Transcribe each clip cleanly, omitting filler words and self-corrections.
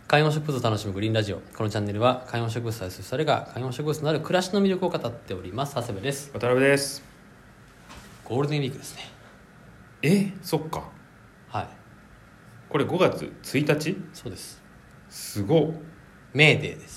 観葉植物を楽しむグリーンラジオ。このチャンネルは観葉植物を愛する2人が観葉植物のある暮らしの魅力を語っております。長谷部です。 渡辺です。 ゴールデンウィークですね。 そっか。 はい、 これ5月1日？ そうです。 すごっ。 メーデーです。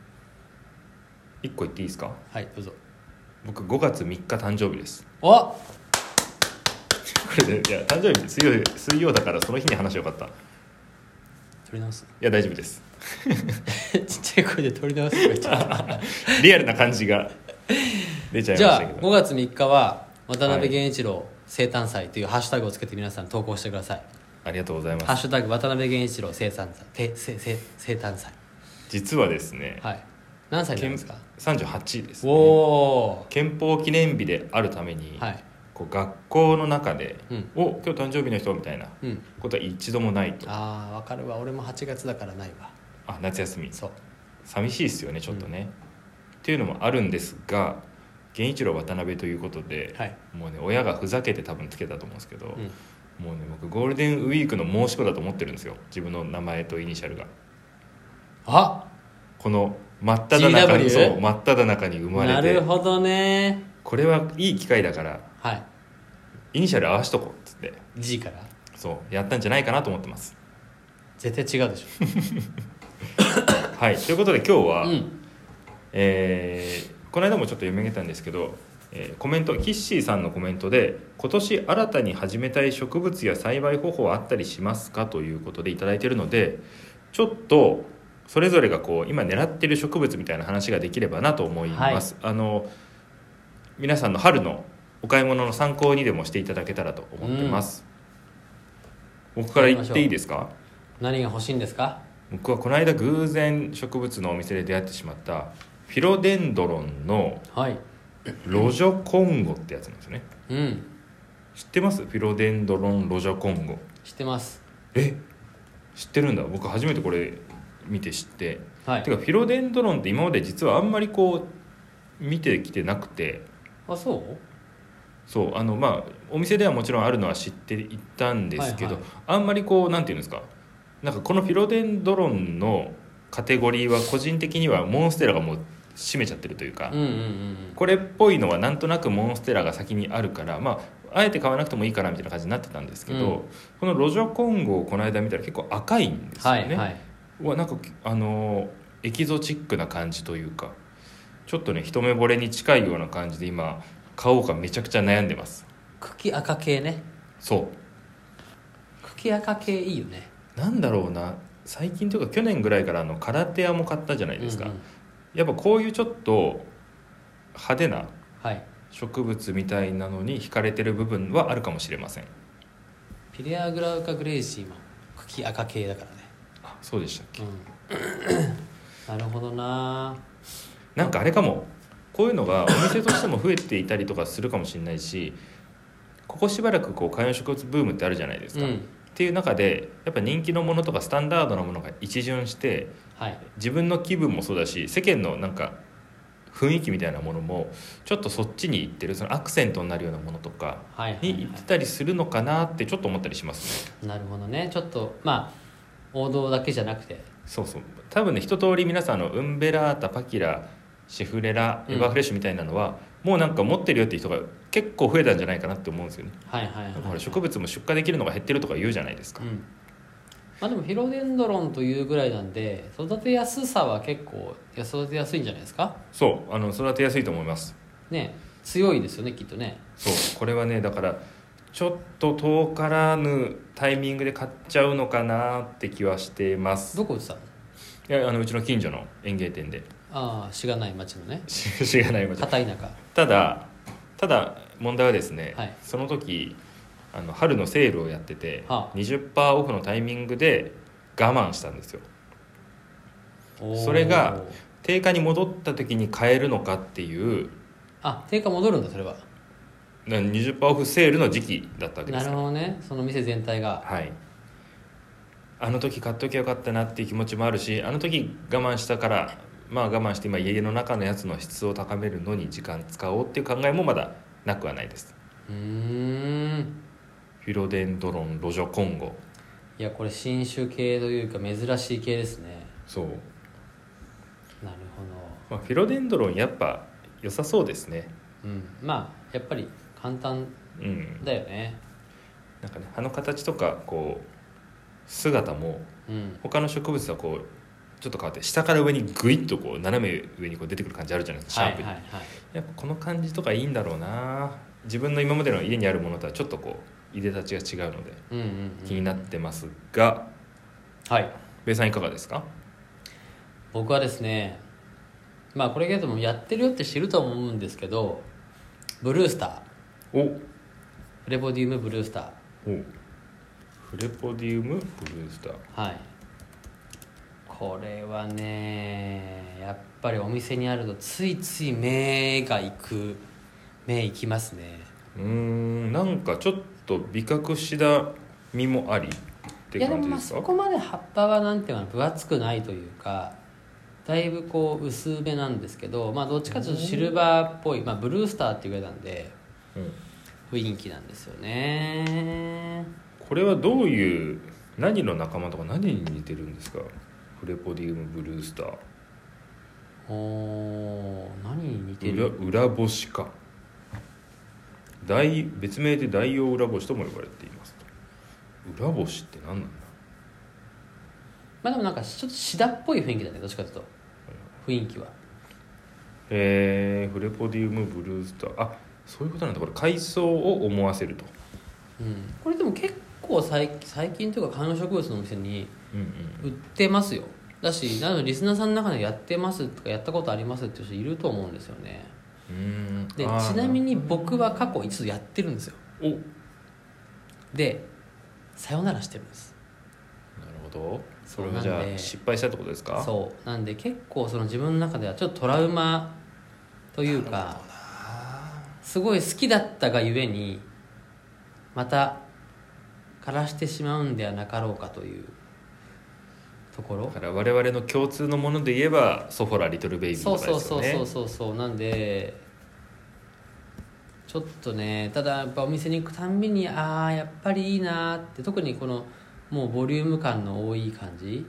1個言っていいですか？ はい、どうぞ。 僕5月3日誕生日です。 おこれで、いや誕生日水曜だからその日に話しよかった。 取り直す？ いや大丈夫ですちっちゃい声で取り直すとか言っちゃったリアルな感じが出ちゃいまじゃあしたけど。 5月3日は渡辺源一郎生誕祭というハッシュタグをつけて皆さん投稿してください。 ありがとうございます。 ハッシュタグ渡辺源一郎生誕祭。 実はですね、 はい、何歳なんですか ？38ですね。 おー、 憲法記念日であるために、 はい、 こう学校の中で、 うん今日誕生日の人みたいなことは一度もないと。 ああ、分かるわ。俺も8月だからないわ。 夏休み。 そう、 寂しいですよねちょっとね、っていうのもあるんですが、源一郎渡辺ということで、 はい、 もうね親がふざけて多分つけたと思うんですけど、もうね僕ゴールデンウィークの申し子だと思ってるんですよ、自分の名前とイニシャルが。この真っ只中に、そう真っ只中に生まれて、 なるほどね。 これはいい機会だからはい、 イニシャル合わしとこうっつって G からそうやったんじゃないかなと思ってます。 絶対違うでしょはい、ということで今日は、 うん、 この間もちょっと読み上げたんですけど、コメント、キッシーさんのコメントで、今年新たに始めたい植物や栽培方法はあったりしますかということでいただいているので、ちょっとそれぞれがこう今狙ってる植物みたいな話ができればなと思います、はい、皆さんの春のお買い物の参考にでもしていただけたらと思ってます、僕から言っていいですか？ 何が欲しいんですか？ 僕はこの間偶然植物のお店で出会ってしまったフィロデンドロンのロジョコンゴってやつなんですよね、 うん、 知ってます？フィロデンドロンロジョコンゴ知ってます。 知ってるんだ。僕初めてこれ見て知って、 はい、 てかフィロデンドロンって今まで実はあんまりこう見てきてなくて。そうお店ではもちろんあるのは知っていたんですけど、あんまりこうなんていうんですか、なんかこのフィロデンドロンのカテゴリーは個人的にはモンステラがもう占めちゃってるというか、これっぽいのはなんとなくモンステラが先にあるから、あえて買わなくてもいいかなみたいな感じになってたんですけど、このロジョコンゴをこの間見たら結構赤いんですよね、なんかエキゾチックな感じというか、ちょっとね一目惚れに近いような感じで今買おうかめちゃくちゃ悩んでます。 茎赤系ね。 そう茎赤系いいよね。 なんだろうな、最近というか去年ぐらいからカラテアも買ったじゃないですか、やっぱこういうちょっと派手な植物みたいなのに惹かれてる部分はあるかもしれません。 ピレアグラウカグレイシーも茎赤系だからね。 そうでしたっけ、 なるほどな。 なんかあれかも、こういうのがお店としても増えていたりとかするかもしれないし、ここしばらくこう観葉植物ブームってあるじゃないですか、っていう中でやっぱ人気のものとかスタンダードなものが一巡して、自分の気分もそうだし世間のなんか雰囲気みたいなものもちょっとそっちに行ってる、そのアクセントになるようなものとかに行ってたりするのかなってちょっと思ったりしますね。 なるほどね。ちょっと王道だけじゃなくて、 そう多分ね一通り皆さんウンベラータ、パキラ、シフレラ、エバーフレッシュみたいなのは、もうなんか持ってるよっていう人が結構増えたんじゃないかなって思うんですよね。だから植物も出荷できるのが減ってるとか言うじゃないですか、 でもフィロデンドロンというぐらいなんで育てやすさは結構育てやすいんじゃないですか？ そう育てやすいと思いますね。強いですよねきっとね。 これはねだからちょっと遠からぬタイミングで買っちゃうのかなって気はしてます。 どこ売ってたの？ いやうちの近所の園芸店で。 しがない町のね。 しがない町。 片田舎。 ただ問題はですね、その時春のセールをやってて、20% オフのタイミングで我慢したんですよ。それが定価に戻った時に買えるのかっていう。 定価戻るんだ。それは 20% オフセールの時期だったわけです。 なるほどね。その店全体が、 あの時買っときゃよかったなっていう気持ちもあるし、あの時我慢したから我慢して今家の中のやつの質を高めるのに時間使おうっていう考えもまだなくはないです。フィロデンドロンロジョコンゴ。 いいやこれ新種系というか珍しい系ですね。 そう、 なるほフィロデンドロンやっぱ良さそうですね。 ど。まあやっぱり簡単だよね。 なんかね、葉の形とかこう姿も他の植物はこうちょっと変わって下から上にグイッとこう斜め上にこう出てくる感じあるじゃないですか、シャープに、やっぱこの感じとかいいんだろうな。自分の今までの家にあるものとはちょっとこういでたちが違うので気になってますが、 はい、 ベイさんいかがですか？ 僕はですね、まあこれけどもやってるよって知ると思うんですけど、ブルースター、フレポディウムブルースター、 フレポディウムブルースター、 はい、これはねやっぱりお店にあるとついつい目行きますね。 なんかちょっと美覚しだみもありって感じですか？いやでもそこまで葉っぱはなんていうの分厚くないというか、だいぶこう薄めなんですけど、どっちかというとシルバーっぽい、ブルースターっていうぐらいなんで、雰囲気なんですよね。 これはどういう何の仲間とか何に似てるんですか？フレポディウムブルースター。 何に似てる？ 裏星か。別名で大葉裏星とも呼ばれています。裏星って何なんだ？ でもなんかちょっとシダっぽい雰囲気だね、どっちかというと雰囲気は。 フレポディウムブルースター、そういうことなんだ。これ海藻を思わせると。 これでも結構最近というか観葉植物のお店に売ってますよ。だしリスナーさんの中でやってますとかやったことありますっていう人いると思うんですよね。でちなみに僕は過去一度やってるんですよ。でさよならしてるんです。 なるほど。それはじゃあ失敗したってことですか？ そうなんで結構その自分の中ではちょっとトラウマというか、すごい好きだったがゆえにまた枯らしてしまうんではなかろうかというところ。 だから我々の共通のもので言えばソフォラリトルベイビーとかですよね。 そうなんでちょっとね、ただやっぱお店に行くたんびにやっぱりいいなって、特にこのもうボリューム感の多い感じ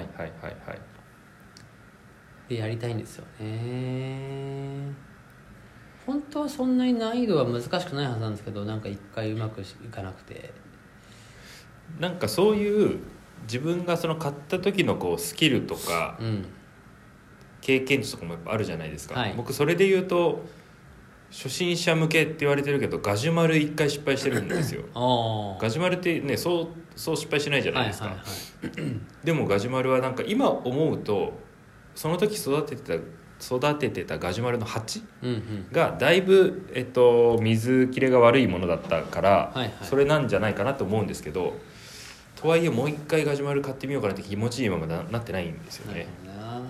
でやりたいんですよね。本当はそんなに難易度は難しくないはずなんですけど、なんか一回うまくいかなくて、 なんかそういう自分がその買った時のこうスキルとか、経験値とかもやっぱあるじゃないですか、僕それで言うと初心者向けって言われてるけどガジュマル1回失敗してるんですよガジュマルってねそう失敗しないじゃないですか、でもガジュマルはなんか今思うとその時育ててたガジュマルの鉢がだいぶ、水切れが悪いものだったから、それなんじゃないかなと思うんですけど、とはいえもう一回ガジュマル買ってみようかなって気持ちいいままなってないんですよね。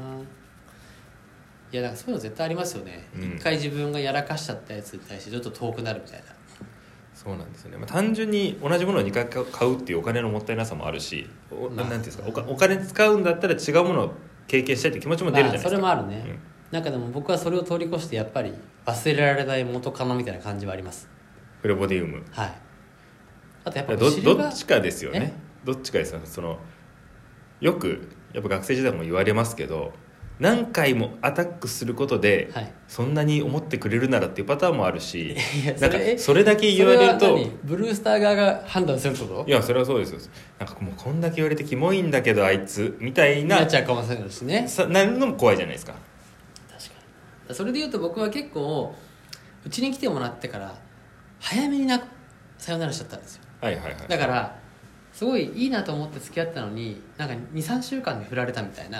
いやだからそういうの絶対ありますよね、一回自分がやらかしちゃったやつに対してちょっと遠くなるみたいな。 そうなんですよね、単純に同じものを2回買うっていうお金のもったいなさもあるし、なんていうんですか、お金使うんだったら違うものを経験したいって気持ちも出るじゃないですか、 それもあるね、なんかでも僕はそれを通り越してやっぱり忘れられない元カノみたいな感じはあります。 フレポディウム、 あとやっぱどっちかですよね。どっちかですよね。よくやっぱ学生時代も言われますけど、何回もアタックすることで、そんなに思ってくれるならっていうパターンもあるし、なんかそれだけ言われるとブルースター側が判断するってこと？ いやそれはそうですよ。なんかもうこんだけ言われてキモいんだけどあいつみたいななっちゃうかもしれないしね。 なるのも怖いじゃないですか。 確かに。それでいうと僕は結構うちに来てもらってから早めにさよならしちゃったんですよ。だからすごいいいなと思って付き合ったのに、なんか 2,3 週間で振られたみたいな。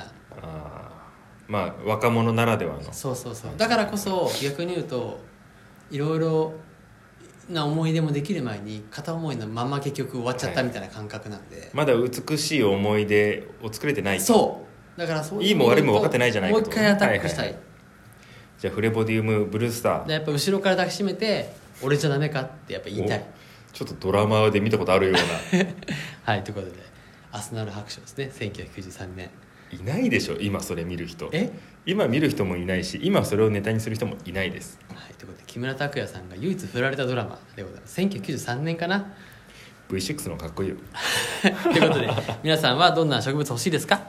若者ならではの。 そうだからこそ逆に言うといろいろな思い出もできる前に片思いのまま結局終わっちゃったみたいな感覚なんで、 まだ美しい思い出を作れてないと。 そうだからそういういいも悪いも分かってないじゃないかと。 もう一回アタックしたい、 じゃあフレポディウムブルースターでやっぱ後ろから抱きしめて俺じゃダメかってやっぱ言いたい。 ちょっとドラマで見たことあるようなはい、ということでアスナル白書ですね、1993年。 いないでしょ今それ見る人。今見る人もいないし、今それをネタにする人もいないです。 はい、ということで木村拓哉さんが唯一振られたドラマでございます。1993年かな。 V6 のかっこいいよということで皆さんはどんな植物欲しいですか？